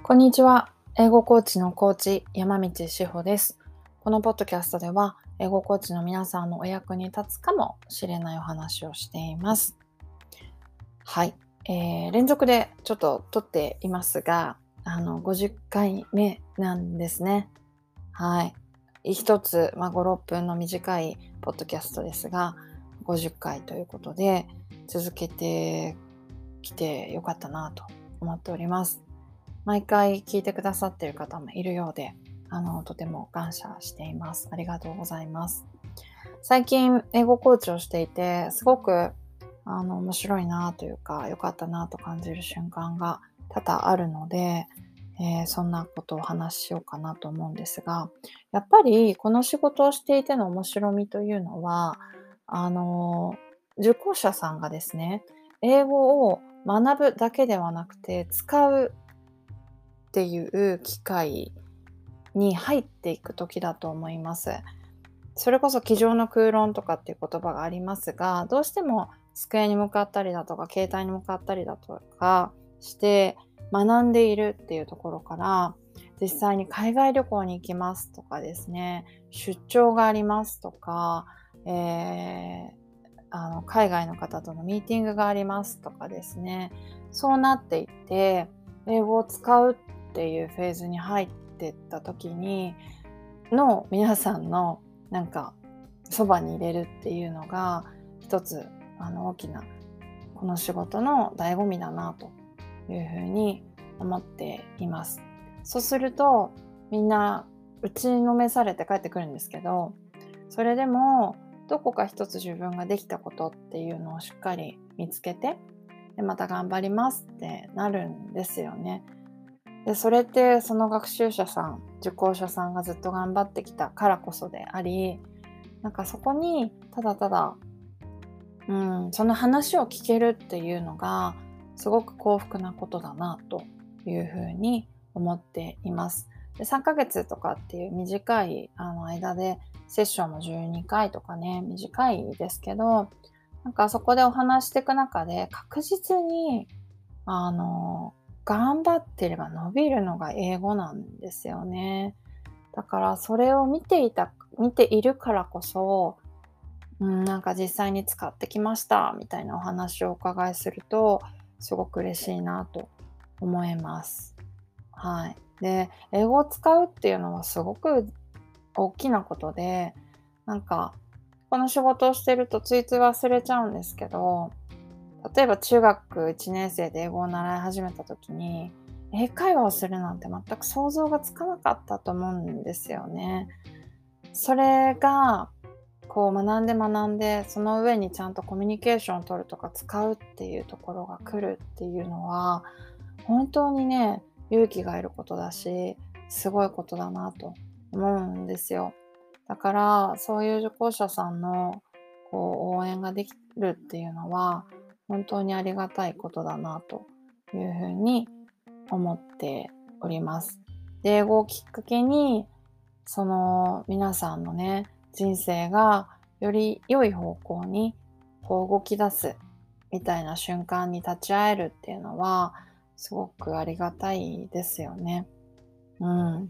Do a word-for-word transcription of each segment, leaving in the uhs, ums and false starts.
こんにちは。英語コーチのコーチ山道志保です。このポッドキャストでは英語コーチの皆さんのお役に立つかもしれないお話をしています。はい、えー、連続でちょっと撮っていますが、あのごじゅっかいめなんですね。はい。一つ、まあ、ご、ろっぷんの短いポッドキャストですが、ごじゅっかいということで続けてきてよかったなと思っております。毎回聞いてくださっている方もいるようで、あの、とても感謝しています。ありがとうございます。最近、英語コーチをしていて、すごく、あの、面白いなというか、良かったなと感じる瞬間が多々あるので、えーそんなことをお話ししようかなと思うんですが、やっぱりこの仕事をしていての面白みというのは、あの、受講者さんがですね、英語を学ぶだけではなくて、使うっていう機会に入っていく時だと思います。それこそ机上の空論とかっていう言葉がありますが、どうしても机に向かったりだとか、携帯に向かったりだとかして学んでいるっていうところから、実際に海外旅行に行きますとかですね、出張がありますとか、えー、あの海外の方とのミーティングがありますとかですね、そうなっていって、英語を使うっていうフェーズに入ってった時にの皆さんのなんかそばに入れるっていうのが一つあの大きなこの仕事の醍醐味だなというふうに思っています。そうするとみんな打ちのめされて帰ってくるんですけど、それでもどこか一つ自分ができたことっていうのをしっかり見つけて、でまた頑張りますってなるんですよね。で、それってその学習者さん、受講者さんがずっと頑張ってきたからこそであり、なんかそこにただただ、うん、その話を聞けるっていうのがすごく幸福なことだなというふうに思っています。で、さんかげつとかっていう短いあの間でセッションもじゅうにかいとかね、短いですけど、なんかそこでお話していく中で確実にあの、頑張ってれば伸びるのが英語なんですよね。だからそれを見ていた見ているからこそ、うん、なんか実際に使ってきましたみたいなお話をお伺いすると、すごく嬉しいなと思います。はい。で、英語を使うっていうのはすごく大きなことで、なんかこの仕事をしてるとついつい忘れちゃうんですけど、例えば中学いちねん生で英語を習い始めた時に、英会話をするなんて全く想像がつかなかったと思うんですよね。それが、こう学んで学んで、その上にちゃんとコミュニケーションを取るとか使うっていうところが来るっていうのは、本当にね、勇気がいることだし、すごいことだなと思うんですよ。だから、そういう受講者さんのこう応援ができるっていうのは、本当にありがたいことだなというふうに思っております。で、英語をきっかけに、その皆さんのね、人生がより良い方向にこう動き出すみたいな瞬間に立ち会えるっていうのは、すごくありがたいですよね。うん。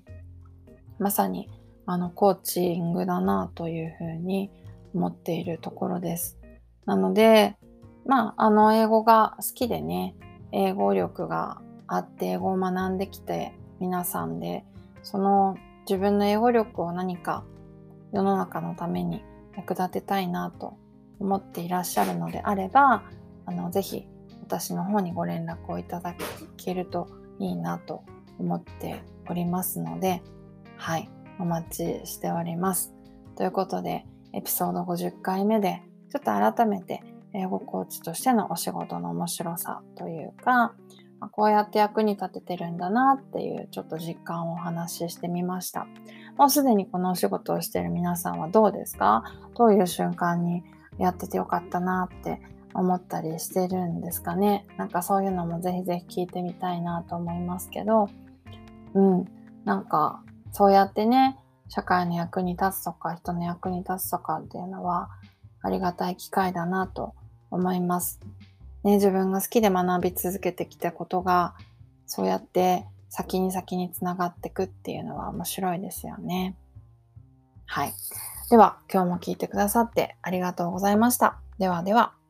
まさに、あの、コーチングだなというふうに思っているところです。なので、まあ、あの、英語が好きでね、英語力があって英語を学んできて皆さんで、その自分の英語力を何か世の中のために役立てたいなと思っていらっしゃるのであれば、あの、ぜひ私の方にご連絡をいただけるといいなと思っておりますので、はい、お待ちしております。ということで、エピソードごじゅっかいめで、ちょっと改めて英語コーチとしてのお仕事の面白さというか、こうやって役に立ててるんだなっていうちょっと実感をお話ししてみました。もうすでにこのお仕事をしている皆さんはどうですか？どういう瞬間にやっててよかったなって思ったりしてるんですかね？なんかそういうのもぜひぜひ聞いてみたいなと思いますけど、うん、なんかそうやってね、社会の役に立つとか人の役に立つとかっていうのはありがたい機会だなと思います。ね、自分が好きで学び続けてきたことがそうやって先に先につながっていくっていうのは面白いですよね。はい。では、今日も聞いてくださってありがとうございました。ではでは。